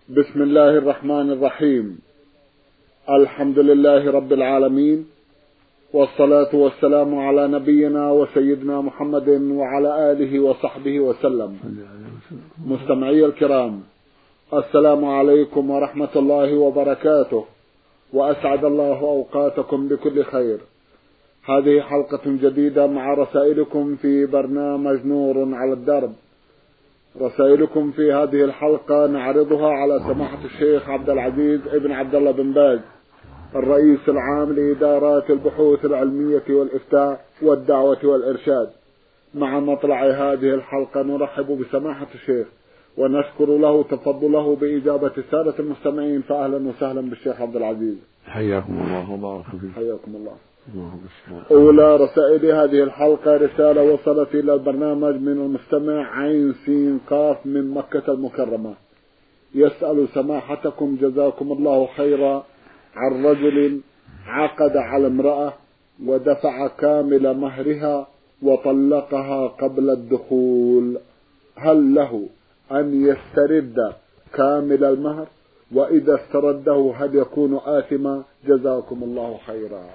بسم الله الرحمن الرحيم. الحمد لله رب العالمين، والصلاة والسلام على نبينا وسيدنا محمد وعلى آله وصحبه وسلم. مستمعي الكرام، السلام عليكم ورحمة الله وبركاته، وأسعد الله أوقاتكم بكل خير. هذه حلقة جديدة مع رسائلكم في برنامج نور على الدرب. رسائلكم في هذه الحلقة نعرضها على سماحة الشيخ عبد العزيز ابن عبد الله بن باز، الرئيس العام لإدارات البحوث العلمية والإفتاء والدعوة والإرشاد. مع مطلع هذه الحلقة نرحب بسماحة الشيخ ونشكر له تفضله بإجابة السادة المستمعين، فأهلا وسهلا بالشيخ عبد العزيز. حياكم الله وبارك فيكم. حياكم الله. أولى رسائل هذه الحلقة رسالة وصلت إلى البرنامج من المستمع عين سين قاف من مكة المكرمة، يسأل سماحتكم جزاكم الله خيرا عن رجل عقد على امرأة ودفع كامل مهرها وطلقها قبل الدخول، هل له أن يسترد كامل المهر؟ وإذا استرده هل يكون آثما؟ جزاكم الله خيرا.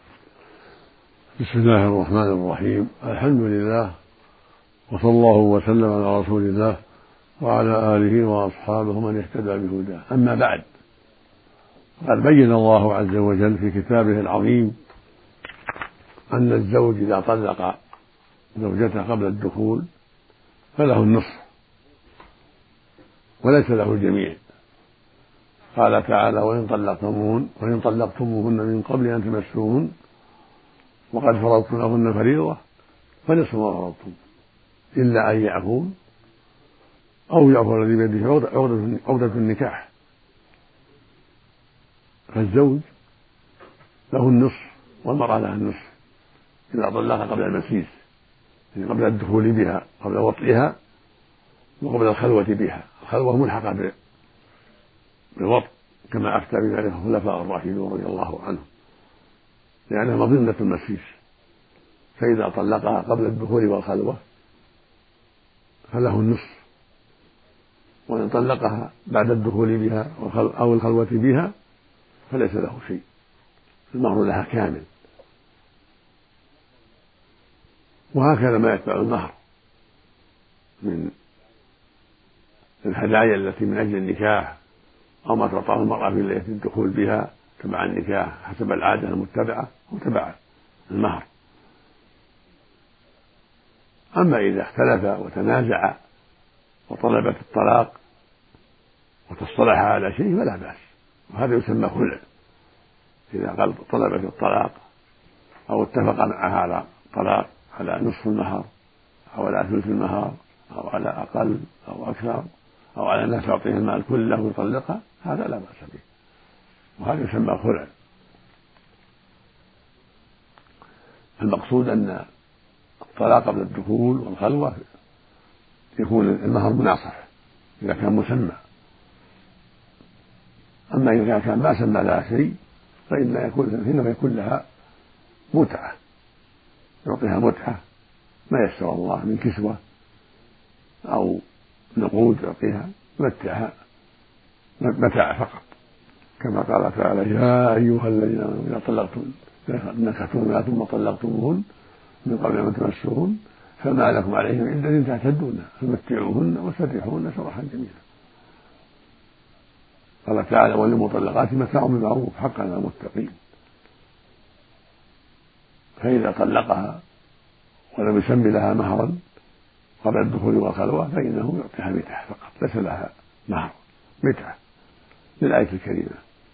بسم الله الرحمن الرحيم. الحمد لله، وصلى الله وسلم على رسول الله وعلى آله وأصحابه من اهتدى بهداه. أما بعد، قد بين الله عز وجل في كتابه العظيم أن الزوج إذا طلق زوجته قبل الدخول فله النصف وليس له الجميع. قال تعالى: وإن طلقتموهن من قبل أن تمسوهن وقد فرضتم لهن فريضة فنصف ما فرضتم إلا أن يعفون أو يعفو الذي بيده عقدة النكاح. فالزوج له النصف والمرأة لها النصف إذا طلقها قبل المسيس، يعني قبل الدخول بها، قبل وطئها وقبل الخلوة بها. الخلوة ملحقة بالوطء كما أفتى بذلك الخلفاء الراشدون رضي الله عنهم، لأنها مظنة المسيس. فإذا طلقها قبل الدخول والخلوة فله النصف، وإن طلقها بعد الدخول بها أو الخلوة بها فليس له شيء، المهر لها كامل. وهكذا ما يتبع المهر من الهدايا التي من أجل النكاح أو ما تعطاه المرأة في ليلة الدخول بها تبع النكاح حسب العادة المتبعة وتبع المهر. أما إذا اختلف وتنازع وطلبت الطلاق وتصطلح على شيء فلا بأس، وهذا يسمى خلع. إذا قال طلبت الطلاق أو اتفق معها على طلاق على نصف المهر أو على ثلث المهر أو على أقل أو أكثر أو على أنها تعطيه المال كله ويطلقها، هذا لا بأس به، وهذا يسمى خلع. المقصود أن الطلاق قبل الدخول والخلوة يكون المهر مناصف إذا كان مسمى. أما إذا كان ما سمى لها شيء فإنه يكون لها متعة، يعطيها متعة ما يسر الله من كسوة أو نقود، يعطيها متعها متاع فقط، كما قال تعالى: يا أيها الذين آمنوا إذا طلقتم نكحتموهن ثم طلقتموهن من قبل أن تمسوهن فما لكم عليهن عدة تعتدونها فمتعوهن وسرحوهن سراحا جميلا. قال تعالى: وللمطلقات متاع بالمعروف حقا على المتقين. فإذا طلقها ولم يسم لها مهرا قبل الدخول والخلوة فإنه يعطيها متعة فقط، ليس لها مهر، متعة للآية الكريمة: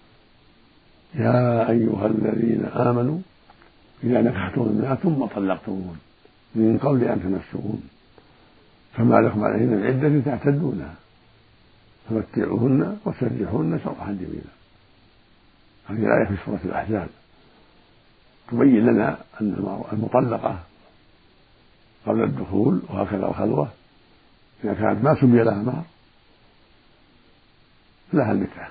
يا أيها الذين آمنوا إذا نكحتموهن ثم طلقتموهن من قبل أن تمسوهن فما لكم عليهن من عدة تعتدونها فمتعوهن وسرحوهن سراحا جميلا. هذه الآية في سورة الأحزاب تبين لنا أن المطلقة قبل الدخول وهكذا الخلوة إذا كانت ما سمي لها مهر لها المتعة.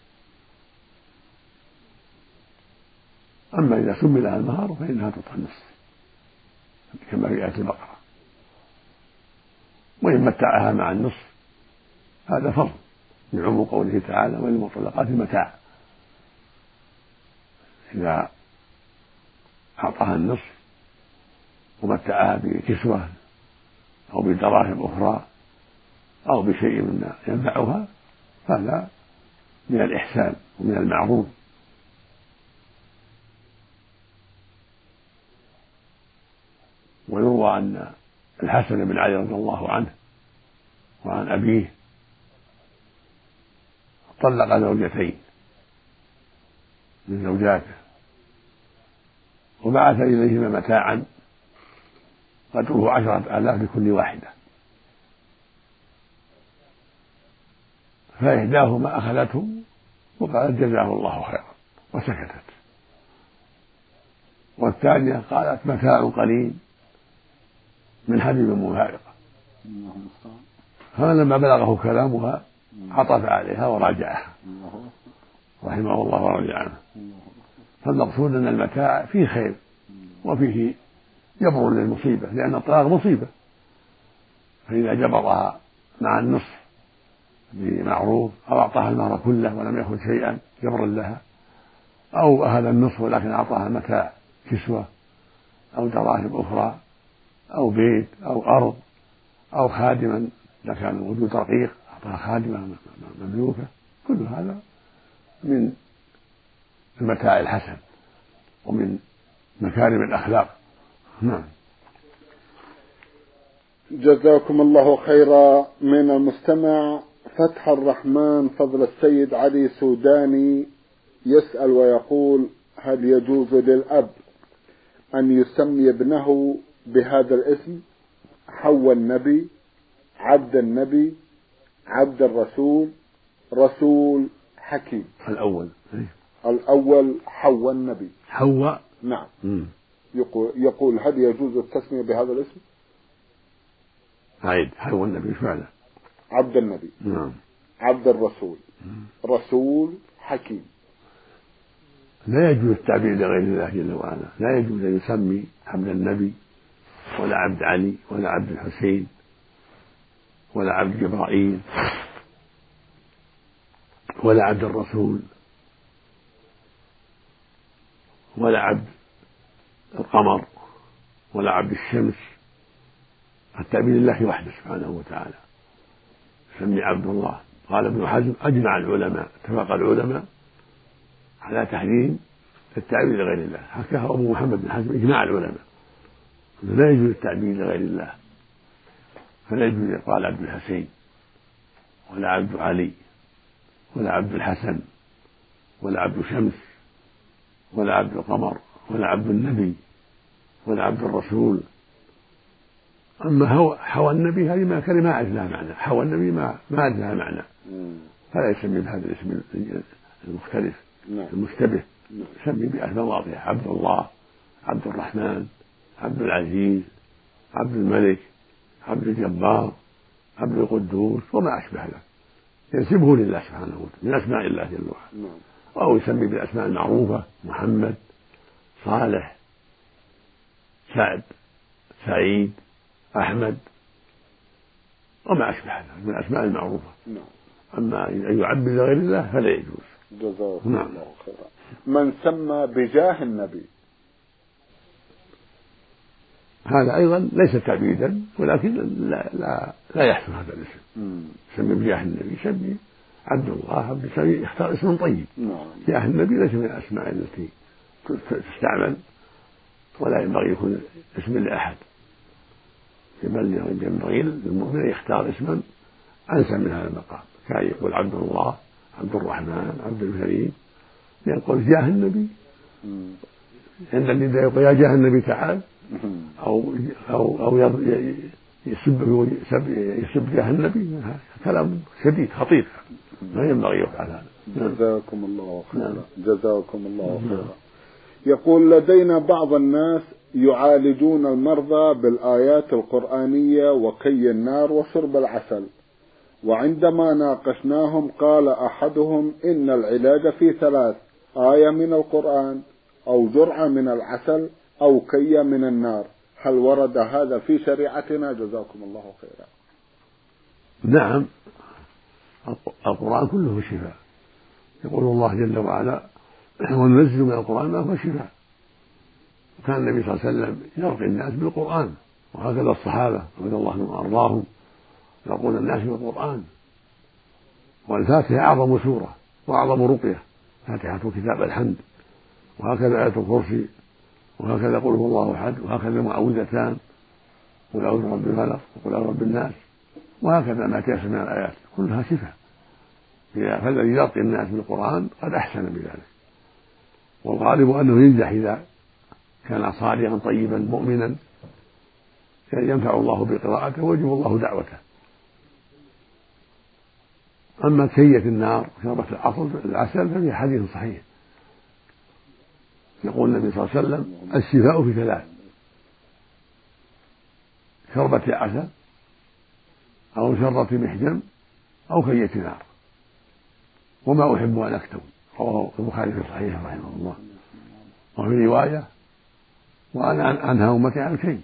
أما إذا سمي لها المهر فإنها تعطى النصف كما في آية البقرة. وإن متعها مع النصف هذا فضل بعموم قوله تعالى وللمطلقات متاع، إذا أعطاها النصف ومتعها بكسوة أو بدراهم أخرى أو بشيء مما ينفعها هذا من الإحسان ومن المعروف. ويروى أن الحسن بن علي رضي الله عنه وعن أبيه طلق زوجتين من زوجاته وبعث إليهما متاعا قدره 10,000 لكل واحدة، فإحداهما أخذته وقالت جزاه الله خيرا وسكتت، والثانية قالت متاع قليل من حبيب مفارقة، فلما بلغه كلامها عطف عليها وراجعها رحمه الله ورضي عنه. فالمقصود أن المتاع فيه خير وفيه جبر للمصيبة، لأن الطلاق مصيبة، فإذا جبرها مع النصف بمعروف أو أعطاها المهر كله ولم يأخذ شيئا جبرا لها، أو أخذ النصف ولكن أعطاها متاع كسوة أو دراهم أخرى أو بيت أو أرض أو خادما إذا كان وجود رقيق أعطاها خادمة مملوكة، كل هذا من المتاع الحسن ومن مكارم الأخلاق. نعم. جزاكم الله خيرا. من المستمع فتح الرحمن فضل السيد علي سوداني يسأل ويقول: هل يجوز للأب أن يسمي ابنه بهذا الاسم؟ حواء النبي، عبد النبي، عبد الرسول، رسول حكيم. الأول حواء النبي. حواء. نعم. يقول هل يجوز التسمية بهذا الاسم؟ عيد حواء النبي فعلا. عبد النبي. نعم. عبد الرسول. رسول حكيم. لا يجوز التعبير لغير الله جل وعلا، لا يجوز أن يسمي عبد النبي ولا عبد علي ولا عبد الحسين ولا عبد جبرائيل ولا عبد الرسول ولا عبد القمر ولا عبد الشمس. التعبير لله وحده سبحانه وتعالى. سمي عبد الله. قال ابن حزم أجمع العلماء، اتفق العلماء على تحريم التعبير لغير الله، حكاه أبو محمد بن حزم إجماع العلماء لا يجوز التعبير لغير الله، فلا يجوز يقال عبد الحسين ولا عبد علي ولا عبد الحسن ولا عبد شمس ولا عبد القمر ولا عبد النبي ولا عبد الرسول. أما حوى النبي هذه ما كلمة ما أعرف لها معنى، حوى النبي ما أعرف لها معنى، فلا يسمي بهذا الاسم المختلف المشتبه، يسمي بأسماء واضحة: عبد الله، عبد الرحمن، عبد العزيز، عبد الملك، عبد الجبار، عبد القدوس وما أشبه ذلك، ينسبه لله سبحانه وتعالى من أسماء الله جل وعلا. أو يسمي بالأسماء المعروفة: محمد، صالح، سعد، سعيد، أحمد وما أشبه ذلك من الأسماء المعروفة. أما أن يعبد لغير الله فلا يجوز. جزاكم الله خيرا. من سمى بجاه النبي هذا أيضا ليس تعبيدا، ولكن لا يحسن هذا الاسم. يسمي بجاه النبي، يسمي عبد الله، عبد السميع، يختار اسم طيب. جاه النبي ليس من الأسماء التي تستعمل، ولا ينبغي يكون اسم لأحد، بل ينبغي للمؤمن يختار اسما أنسب من هذا المقام، كان يقول عبد الله، عبد الرحمن، عبد الكريم، يقول جاه النبي عند النداء يقول يا جاه النبي تعال، أو يسب جاه النبي. كلام شديد خطير، لا ينبغي يفعل هذا. جزاكم الله خيرا. جزاكم الله خيرا. يقول لدينا بعض الناس يعالجون المرضى بالآيات القرآنية وكي النار وشرب العسل، وعندما ناقشناهم قال أحدهم إن العلاج في 3: آية من القرآن أو جرعة من العسل أو كي من النار. هل ورد هذا في شريعتنا؟ جزاكم الله خيرا. نعم، القرآن كله شفاء. يقول الله جل وعلا: وننزل من القرآن ما هو شفاء. وكان النبي صلى الله عليه وسلم يرقي الناس بالقرآن، وهكذا الصحابة رضي الله عنهم وأرضاهم يرقون الناس بالقرآن. والفاتحة أعظم سورة وأعظم رقية، فاتحة كتاب الحمد، وهكذا آية الكرسي، وهكذا قل هو الله أحد، وهكذا معوذتان، قل أعوذ برب الفلق وقل أعوذ برب الناس، وهكذا ما تيسر من الآيات كلها شفاء. فالذي يرقي الناس بالقرآن قد أحسن بذلك، والغالب أنه ينجح إذا كان صادقا طيبا مؤمنا ينفع الله بقراءته ويجب الله دعوته. أما كية النار وشربة العسل ففي حديث صحيح يقول النبي صلى الله عليه وسلم: الشفاء في ثلاث: شربة عسل، أو شرة محجم، أو كية نار، وما أحب أن أكتم. رواه البخاري في صحيحه رحمه الله. وفي رواية: وأنا أنهى أمتي عن الكي.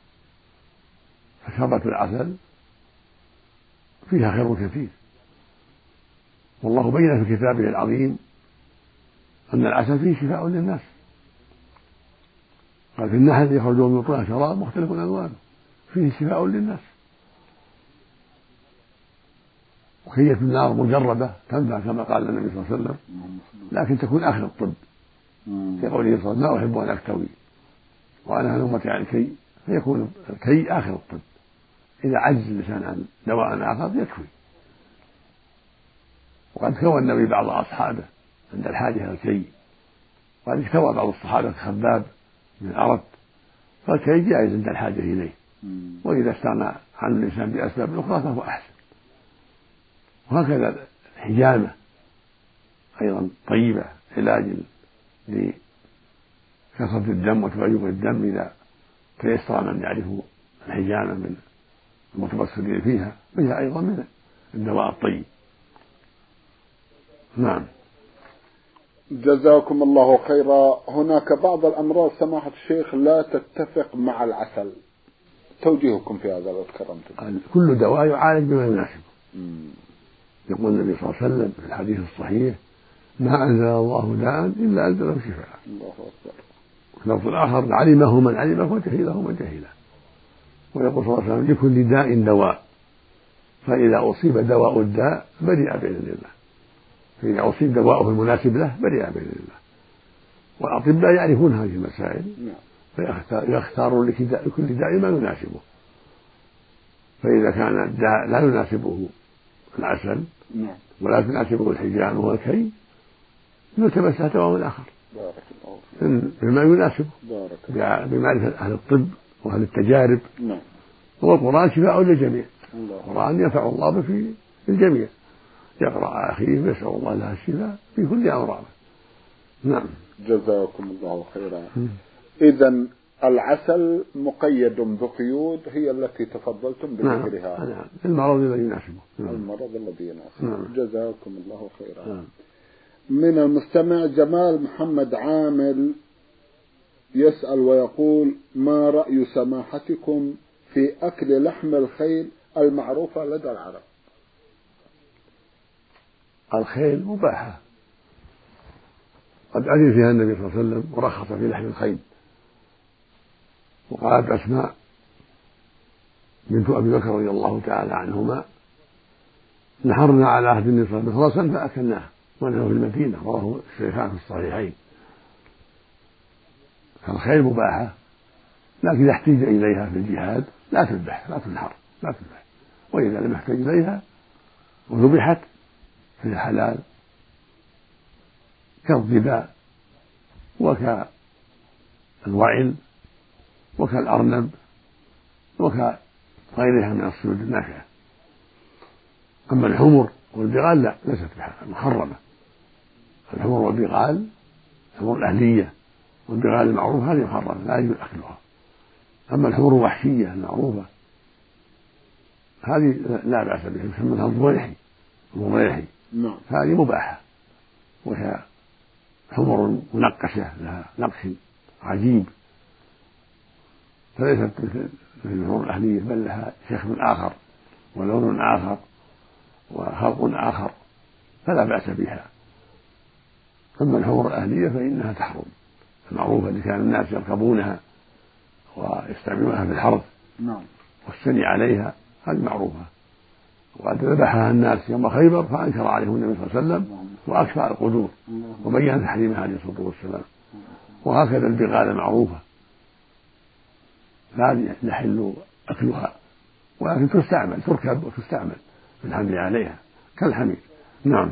فشربة العسل فيها خير كثير، والله بين في كتابه العظيم أن العسل فيه شفاء للناس. قال: في النحل يخرج من بطونها شراب مختلف ألوانه فيه شفاء للناس. وكية النار مجربة تنفع كما قال النبي صلى الله عليه وسلم، لكن تكون آخر الطب، في قوله صلى الله عليه وسلم: ما أحب أن أكتوي وأنا أمتي عن الكي، فيكون الكي آخر الطب. إذا عجز الإنسان عن دواء آخر يكفي. وقد كوى النبي بعض أصحابه عند الحاجة إلى الكي، وقد اكتوى بعض الصحابة خباب من الأرض، فالكي جائز عند الحاجة إليه، وإذا استغنى عن الإنسان بأسباب أخرى فهو أحسن. وهكذا الحجامة أيضا طيبة، علاج لكثرة الدم وتغير الدم إذا تيسر من يعرف الحجامة من المتبصرين فيها أيضا من الدواء الطيب. نعم. جزاكم الله خيرا. هناك بعض الأمراض سماحة الشيخ لا تتفق مع العسل، توجيهكم في هذا لو تكرمتم؟ كل دواء يعالج بما يناسبه. يقول النبي صلى الله عليه وسلم في الحديث الصحيح: ما أنزل الله داء إلا أنزله شفاء. الله أكبر. وفي اللفظ الآخر: علمه من علمه وجهله من جهله. ويقول صلى الله عليه وسلم: لكل داء دواء، فإذا أصيب دواء الداء برئ بإذن الله، فإذا أصيب دواءه المناسب له برئ بإذن الله. والأطباء يعرفون هذه المسائل، فيختارون لكل داء ما يناسبه. فإذا كان الداء لا يناسبه العسل ولا تناسبه الحجام والكي يلتمس له دواء آخر بما يناسبه بمعرفة أهل الطب وأهل التجارب. والقرآن شفاء للجميع، القرآن ينفع الله به في الجميع، يقرأ أخيه ويسأل الله له الشفاء في كل أمراض. نعم. جزاكم الله خيرا. إذن العسل مقيد بقيود هي التي تفضلتم بذكرها. نعم. المرض الذي يناسبه. المرض الذي يناسبه. جزاكم الله خيرا. من المستمع جمال محمد عامل يسأل ويقول: ما رأي سماحتكم في أكل لحم الخيل المعروفة لدى العرب؟ الخيل مباحة، قد أذن فيها النبي صلى الله عليه وسلم ورخص في لحم الخيل. وقالت أسماء بنت أبي بكر رضي الله تعالى عنهما: نحرنا على عهد النبي صلى الله عليه وسلم فأكلناه ونحن في المدينة. رواه الشيخان في الصحيحين. فالخيل مباحة، لكن إذا احتيج إليها في الجهاد لا تذبح، لا تنحر، لا تذبح. وإذا لم يحتج إليها وذبحت في حلال كالضباء وكالوعل وكالأرنب وكغيرها من الصيود النافعة. أما الحمر والبغال لا، ليست محرمة. الحمر والبغال، الحمر الأهلية والبغال المعروفة هذه محرمة لا يجوز أكلها. أما الحمر الوحشية المعروفة هذه لا بأس بها، يسمونها الضريحي، هذه مباحة، وهي حمر منقشة لها نقش عجيب، فليست مثل الحمر الأهلية، بل لها شكل آخر ولون آخر وخلق آخر فلا بأس بها. أما الحمر الأهلية فإنها تحرم، المعروفة اللي كان الناس يركبونها ويستعملونها في الحرث والثني عليها، هذه معروفة. وقد ذبحها الناس يوم خيبر فأنكر عليهم النبي صلى الله عليه وسلم وأكفأ القدور وبين تحريمها عليه الصلاة والسلام. وهكذا البغال معروفة لا يحل أكلها، ولكن تستعمل، تركب وتستعمل في الحمل عليها كالحمير. نعم.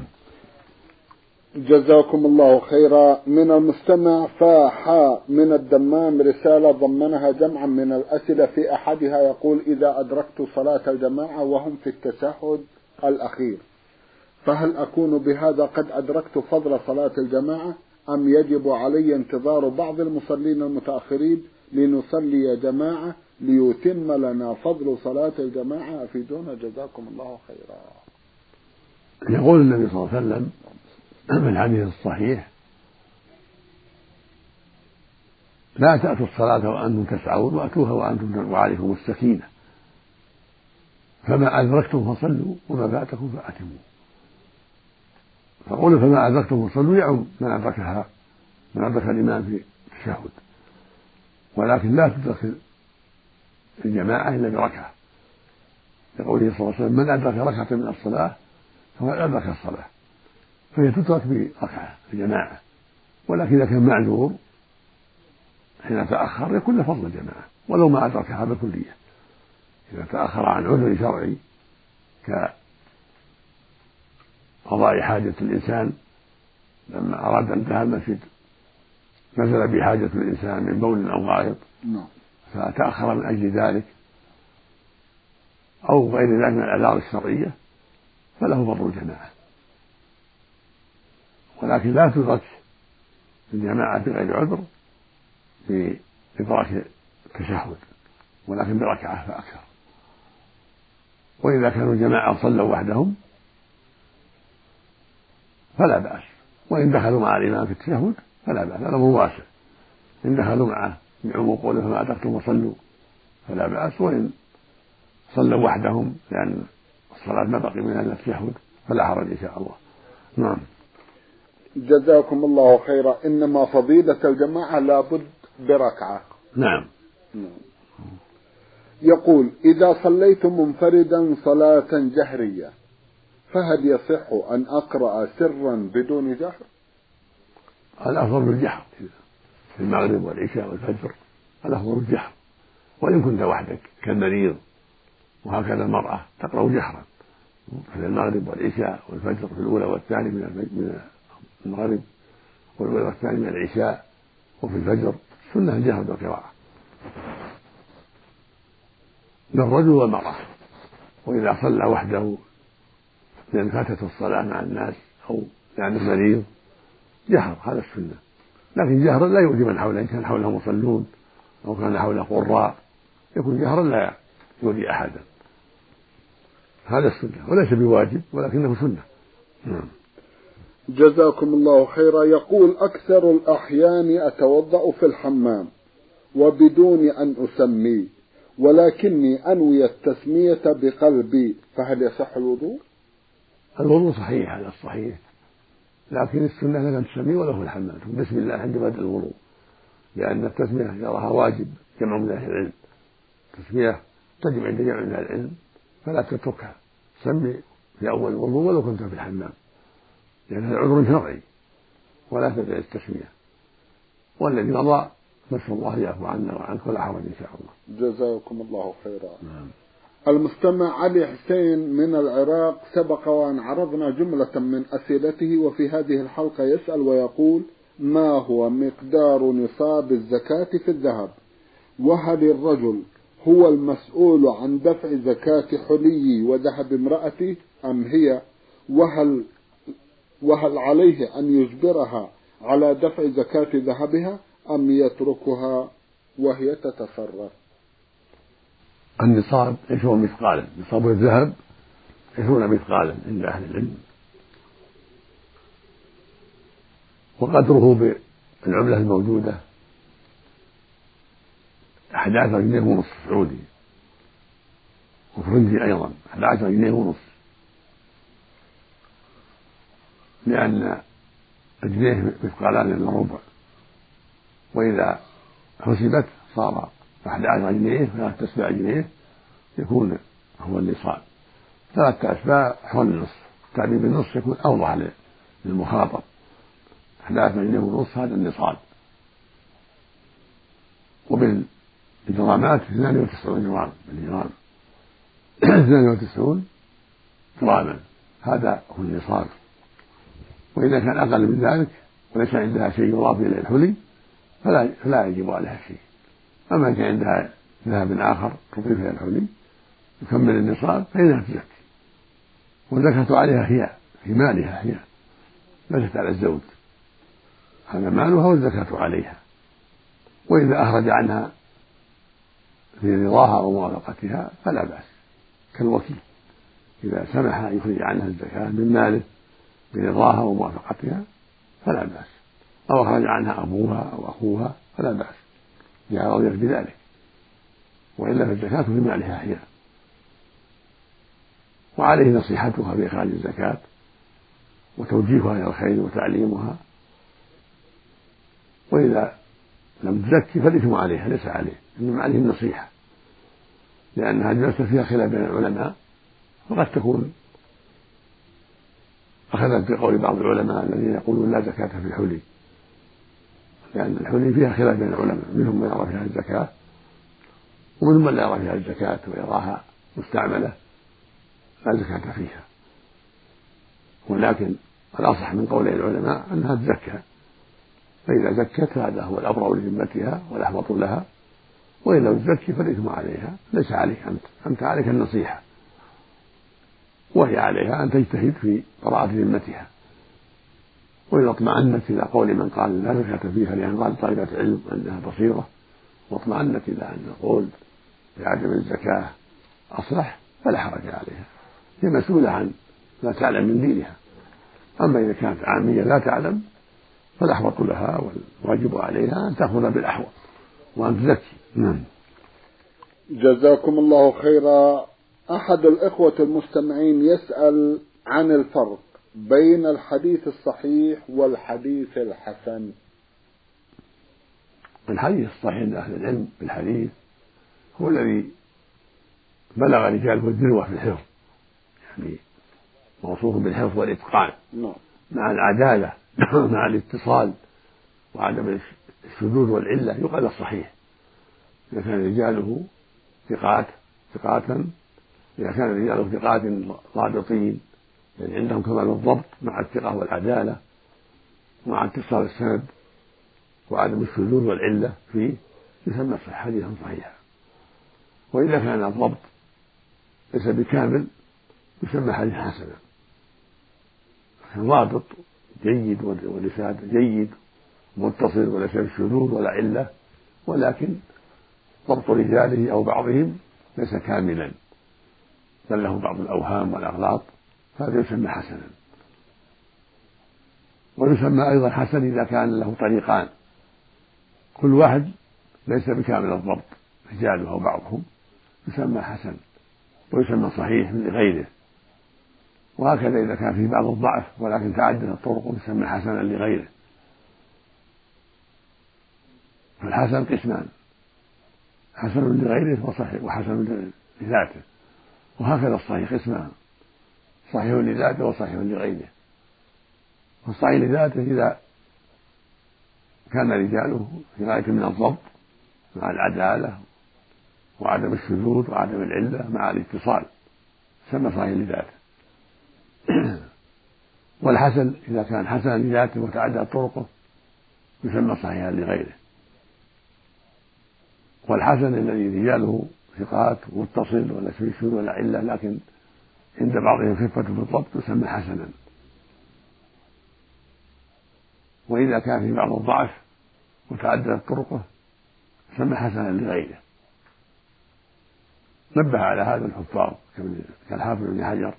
جزاكم الله خيرا. من المستمع فاحا من الدمام رسالة ضمنها جمعا من الأسئلة، في أحدها يقول: إذا أدركت صلاة الجماعة وهم في التشهد الأخير فهل أكون بهذا قد أدركت فضل صلاة الجماعة، أم يجب علي انتظار بعض المصلين المتأخرين لنصلي جماعة ليتم لنا فضل صلاة الجماعة؟ أفيدونا جزاكم الله خيرا. يقول النبي صلى الله عليه وسلم في الحديث الصحيح: لا تأتوا الصلاة وأنتم تسعون وأتوها وأنتم وعليكم السكينة، فما أدركتم فصلوا وما فاتكم فأتموا. فقوله فما أدركتم فصلوا يعم من أدرك الإمام في التشهد، ولكن لا تدرك الجماعة إلا بركعة، يقول صلى الله عليه وسلم: من أدرك ركعة من الصلاة فقد أدرك الصلاة، فهي تدرك بركعة الجماعة. ولكن إذا كان معذور حين تأخر يكون له فضل الجماعة ولو ما أدركها بالكلية. إذا تأخر عن عذر شرعي كقضاء حاجة الإنسان، لما أراد أن انتهى المسجد نزل بحاجة الإنسان من بول أو غائط فتأخر من أجل ذلك أو غير ذلك من الأعذار الشرعية فله فضل الجماعة. ولكن لا تدرك الجماعة بغير عذر بإدراك التشهد، ولكن بركعة فأكثر. وإذا كانوا جماعة صلوا وحدهم فلا بأس، وإن دخلوا مع الإمام في التشهد فلا بأس، الأمر واسع. إن دخلوا معه بعموم قوله فما أدركتم فصلوا فلا بأس، وإن صلوا وحدهم لأن الصلاة ما بقي منها إلا التشهد فلا حرج إن شاء الله. نعم. جزاكم الله خيرا. إنما فضيلة الجماعة لابد بركعة. نعم. يقول: إذا صليت منفردا صلاة جهرية فهل يصح أن أقرأ سرا بدون جهر؟ الأفضل الجهر في المغرب والعشاء والفجر، الأفضل الجهر، وإن كنت وحدك كالمريض. وهكذا المرأة تقرأ جهرا في المغرب والعشاء والفجر، في الأولى والثاني من المغرب والأولى والثاني من العشاء، وفي الفجر سنة الجهر بالقراءة للرجل والمرأة. وإذا صلى وحده لأن فاتته الصلاة مع الناس أو لأنه مريض جهر، هذا السنة. لكن جهرا لا يؤذي من حوله، إن كان حوله مصلون أو كان حوله قراء يكون جهرا لا يؤذي أحدا، هذا السنة وليس بواجب ولكنه سنة. جزاكم الله خيرا. يقول: أكثر الأحيان أتوضأ في الحمام وبدون أن أسمي، ولكني أنوي التسمية بقلبي، فهل يصح الوضوء؟ الوضوء صحيح، هذا الصحيح، لكن السنة لك أن تسمي ولو في الحمام بسم الله عند بدء الوضوء، لأن التسمية يراها واجب جمع من أهل العلم، التسمية تجب عند جمع من أهل العلم فلا تتركها، سمي في أول الوضوء ولو كنت في الحمام، لأن هذا عذر شرعي ولا تدع التسمية. والذي مضى نسأل الله يعفو عنا وعنك ولا حرج إن شاء الله. جزاكم الله خيرا. المستمع علي حسين من العراق سبق وأن عرضنا جملة من أسئلته، وفي هذه الحلقة يسأل ويقول: ما هو مقدار نصاب الزكاة في الذهب؟ وهل الرجل هو المسؤول عن دفع زكاة حلي وذهب امرأتي أم هي؟ وهل عليه أن يجبرها على دفع زكاة ذهبها أم يتركها وهي تتصرف؟ النصاب 20 مثقالا، نصاب الذهب 20 مثقالا عند أهل العلم، وقدره بالعملة الموجودة 11 جنيه ونصف سعودي، وفرنجي أيضا 11 جنيه ونصف، لأن الجنيه مثقالان إلا ربع، وإذا حسبت صار 11 جنيه 3 جنيه يكون هو النصاب. 3 أسباع حول النصف، التعبير بالنصف يكون أوضح للمخاطب. 11 جنيه ونصف هذا النصاب. وبالجرامات 92 جرام بالجرام 92 جراما، هذا هو النصاب. وإذا كان أقل من ذلك وليس عندها شيء يضاف إلى الحلي فلا يجب عليها شيء. أما كان عندها ذهب آخر تضيف إلى الحلي يكمل النصاب فإنها تزكي، والزكاة عليها هي في مالها هي، ليست على الزوج، هذا مالها والزكاة عليها. وإذا أخرج عنها في رضاها وموافقتها فلا بأس، كالوكيل إذا سمح يخرج عنها الزكاة من ماله برضاها وموافقتها فلا بأس، أو أخرج عنها أبوها أو أخوها فلا بأس إذا رضيت بذلك، وإلا فالزكاة في مالها هي، وعليه نصيحتها بإخراج الزكاة وتوجيهها إلى الخير وتعليمها. وإذا لم تزكي فالإثم عليها ليس عليه، إنما عليه النصيحة، لأن هذه المسألة فيها خلاف بين العلماء، وقد تكون أخذت بقول بعض العلماء الذين يقولون لا زكاة في الحلي، لأن الحلي فيها خلاف بين العلماء، منهم من يرى فيها الزكاة ومنهم من لا يرى فيها الزكاة ويراها مستعملة لا زكاة فيها. ولكن الأصح من قول العلماء أنها تزكى، فإذا زكت هذا هو الأبرأ لذمتها والأحوط لها، وإن لم تزكي فالإثم عليها، ليس عليك أنت عليك النصيحة، وهي عليها أن تجتهد في براءة ذمتها. وإذا اطمأنت إلى قول من قال لا زكاة فيها لأن قال طالبة علم أنها بصيرة، واطمأنت إلى أن القول بعدم الزكاة أصلح فلا حرج عليها، هي مسؤولة عن لا تعلم من دينها. أما إذا كانت عامية لا تعلم فالأحوط لها والواجب عليها أن تأخذ بالأحوط وأن تزكي. نعم. جزاكم الله خيرا. أحد الإخوة المستمعين يسأل عن الفرق بين الحديث الصحيح والحديث الحسن. الحديث الصحيح عند أهل العلم بالحديث هو الذي بلغ رجاله الذروة في الحفظ، يعني موصوف بالحفظ والإتقان مع العدالة مع الاتصال وعدم الشذوذ والعلة يقال الصحيح. إذا كان رجاله ثقاتا إذا كان رجاله ثقات ضابطين يعني عندهم كمال الضبط مع الثقة والعدالة ومع اتصال السند وعدم الشذوذ والعلة فيه يسمى حديثا صحيحا. وإذا كان الضبط ليس بكامل يسمى حديثا حسنا، ضابط جيد ولسان جيد متصل وليس بالشذوذ ولا علة، ولكن ضبط رجاله أو بعضهم ليس كاملا بل له بعض الأوهام والأغلاط، فهذا يسمى حسنا. ويسمى أيضا حسن إذا كان له طريقان كل واحد ليس بكامل الضبط رجاله أو بعضهم يسمى حسن، ويسمى صحيح من غيره. وهكذا إذا كان فيه بعض الضعف ولكن تعدد الطرق يسمى حسنا لغيره. فالحسن قسمان، حسن لغيره وصحيح وحسن لذاته، وهكذا الصحيح قسمان، صحيح لذاته وصحيح لغيره. والصحيح لذاته إذا كان رجاله في غاية من الضبط مع العدالة وعدم الشذوذ وعدم العلة مع الاتصال يسمى صحيح لذاته. والحسن إذا كان حسنا لذاته وتعدد طرقه يسمى صحيحا لغيره. والحسن الذي رجاله ثقات متصل ولا فيه شذوذ ولا علة لكن عند بعضهم خفة في الضبط يسمى حسنا. وإذا كان في بعض الضعف وتعددت طرقه يسمى حسنا لغيره. نبه على هذا الحفاظ كالحافظ بن حجر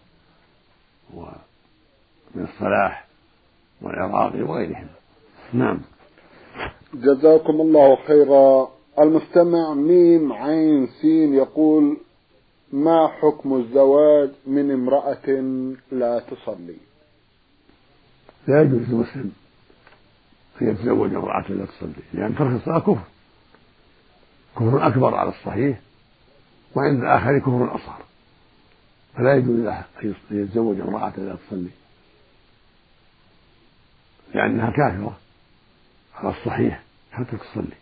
ومن الصلاح والعراقي وغيرهم. نعم. جزاكم الله خيرا. المستمع ميم عين سين يقول: ما حكم الزواج من امرأة لا تصلي؟ لا يجوز للمسلم أن يتزوج امرأة لا تصلي، لأن ترك الصلاة كفر أكبر على الصحيح، وعند الآخر كفر أصغر، فلا يجوز له أن يتزوج امرأة لا تصلي لأنها كافرة على الصحيح حتى تصلي.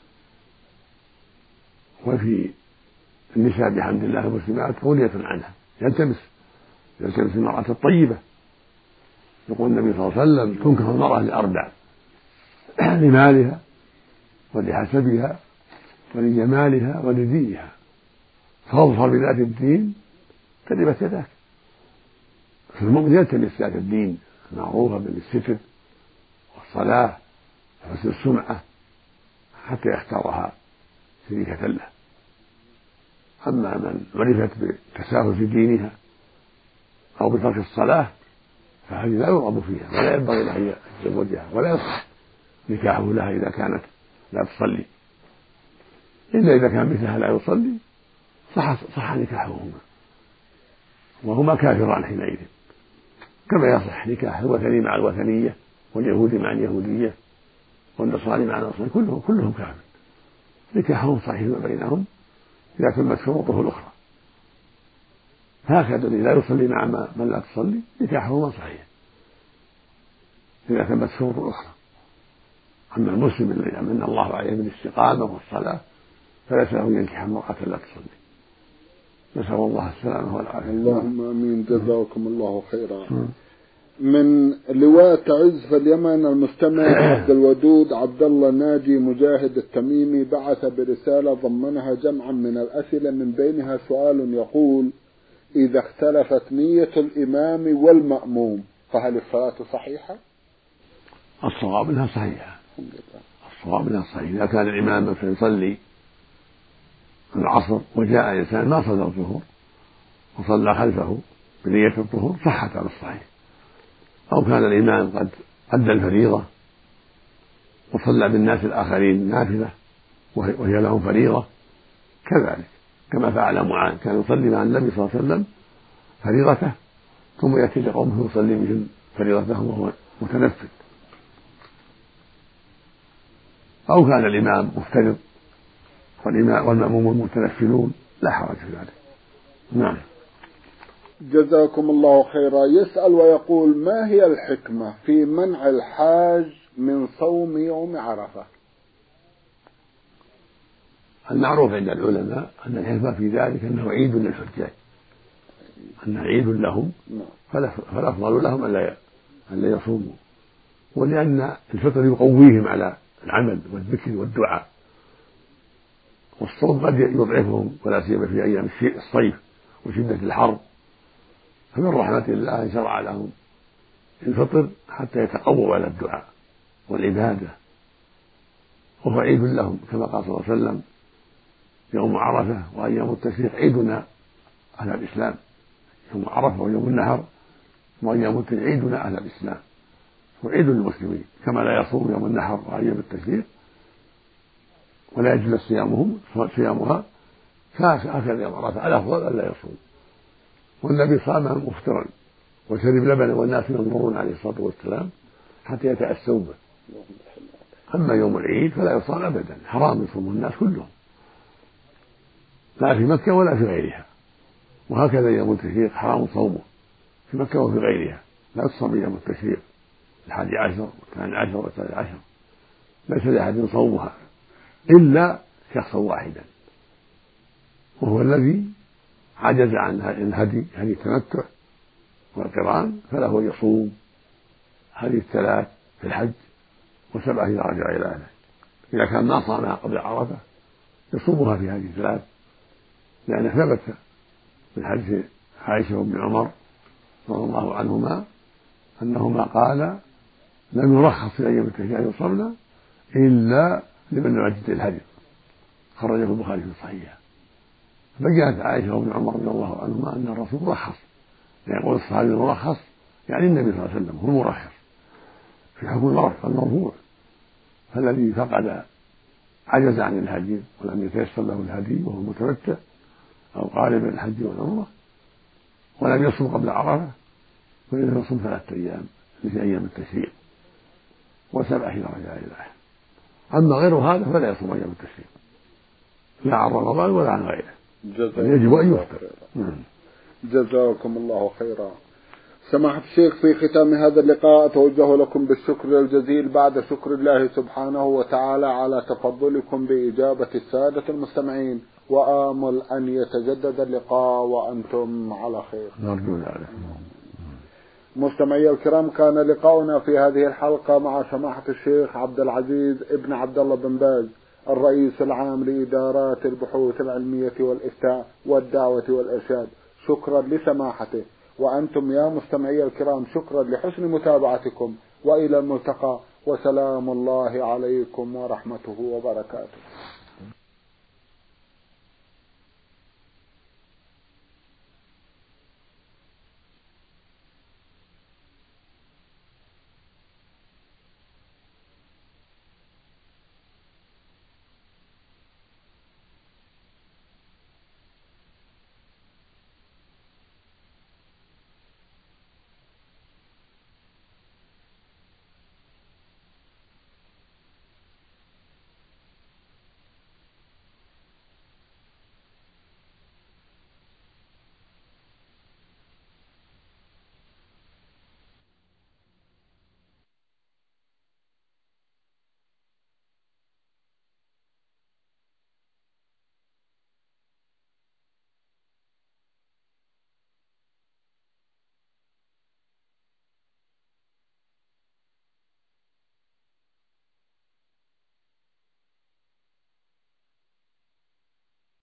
وفي النساء بحمد الله المسلمات غنية عنها، يلتمس المرأة الطيبة. يقول النبي صلى الله عليه وسلم: تنكح المرأة لأربع: لمالها ولحسبها ولجمالها ولدينها، فاظفر بذات الدين تربت يداك. فالمؤمن يلتمس ذات الدين المعروفة بالستر والصلاة وحسن السمعة حتى يختارها شريكة له. أما من عرفت بالتساهل في دينها أو بترك الصلاة فهذه لا يرغب فيها ولا ينبغي له أن يتزوجها، ولا يصح نكاحه لها إذا كانت لا تصلي، إلا إذا كان مثلها لا يصلي صح نكاحهما، وهما كافران حينئذ، كما يصح نكاح الوثني مع الوثنية واليهودي مع اليهودية والنصارى مع النصارى، كلهم كافر، نكاحهم صحيح ما بينهم إذا تمت شروطه الأخرى. هكذا الذي لا يصلي مع من لا تصلي نكاحهما صحيح إذا تمت شروط الأخرى. أما المسلم الذي أمن الله عليه بالاستقامة والصلاة فليس له أن ينكح امرأة لا تصلي. نسأل الله السلامة والعافية. اللهم آمين. جزاكم الله خيرا. من لواء تعز في اليمن المستمع عبد الودود عبد الله ناجي مجاهد التميمي بعث برسالة ضمنها جمعا من الأسئلة، من بينها سؤال يقول: إذا اختلفت نية الإمام والمأموم فهل الصلاة صحيحة؟ الصواب انها صحيحة. الصواب انها صحيحة. إذا كان الإمام يصلي العصر وجاء إنسان ما صلى الظهر وصلى خلفه بنية الظهر صحت على الصحيح، أو كان الإمام قد أدى الفريضة وصلى بالناس الآخرين نافلة وهي لهم فريضة كذلك، كما فعل معاذ، كان يصلي مع النبي صلى الله عليه وسلم فريضته ثم يأتي لقومه يصلي بهم فريضته وهو متنفل. أو كان الإمام مفترض والمأمومون متنفلون لا حرج في ذلك. نعم. جزاكم الله خيرا. يسأل ويقول: ما هي الحكمة في منع الحاج من صوم يوم عرفة؟ المعروف عند العلماء أن الحكمة في ذلك أنه عيد للحجاج، أنه عيد لهم فالأفضل لهم أن لا يصوموا، ولأن الفطر يقويهم على العمل والذكر والدعاء، والصوم قد يضعفهم ولا سيما في أيام الصيف وشدة الحر، فمن رحمة الله أن شرع لهم الفطر حتى يتقووا على الدعاء والعبادة، وهو عيد لهم كما قال صلى الله عليه وسلم: يوم عرفة وأيام التشريق عيدنا أهل الإسلام. يوم عرفة ويوم النحر وأيام التشريق عيدنا أهل الإسلام، وعيد للمسلمين، كما لا يصوم يوم النحر وأيام التشريق ولا يجوز صيامها فهكذا يوم عرفة الأفضل ألا يصوم. والنبي صام مفطرا وشرب لبنا والناس ينظرون عليه الصلاة والسلام حتى يتأسوا به. أما يوم العيد فلا يصام أبدا، حرام يصوم الناس كلهم، لا في مكة ولا في غيرها، وهكذا يوم التشريق حرام صومه في مكة وفي غيرها، لا تصوم يوم التشريق 11 و12 و13، ليس لأحد صومها إلا شخصا واحدا، وهو الذي عجز عن الهدي التمتع والقران، فله يصوم هذه الثلاث في الحج وسبعة إذا رجع إلى أهله. إذا كان ما صامها قبل عرفة يصومها في هذه الثلاث، لأن ثبت من حديث عائشة وابن عمر رضي الله عنهما أنهما قال: لم يرخص في أيام التشريق أن يصمنا إلا لمن يعجل الهدي، خرجه البخاري في صحيحه. فبينت عائشة وابن عمر رضي الله عنهما أن الرسول رخص، يعني يقول الصحابي المرخص يعني النبي صلى الله عليه وسلم هو المرخص في حكم المرفوع، فالذي فقد عجز عن الهدي ولم يتيسر له الهدي وهو متمتع أو قارب الحج والعمرة ولم يصم قبل عرفة فإنه يصوم 3 أيام مثل أيام التشريق و7 إذا رجع إلى الآخر. أما غير هذا فلا يصوم أيام التشريق لا عن رمضان ولا عن غيره، يجب أن يفطر. جزاكم الله خيرا. سماحة الشيخ، في ختام هذا اللقاء أتوجه لكم بالشكر الجزيل بعد شكر الله سبحانه وتعالى على تفضلكم بإجابة السادة المستمعين، وآمل أن يتجدد اللقاء وأنتم على خير. نرجو ذلك. مستمعي الكرام، كان لقاؤنا في هذه الحلقة مع سماحة الشيخ عبد العزيز ابن عبد الله بن باز، الرئيس العام لإدارات البحوث العلمية والإفتاء والدعوة والإرشاد. شكرا لسماحته، وأنتم يا مستمعي الكرام شكرا لحسن متابعتكم، وإلى الملتقى، وسلام الله عليكم ورحمته وبركاته.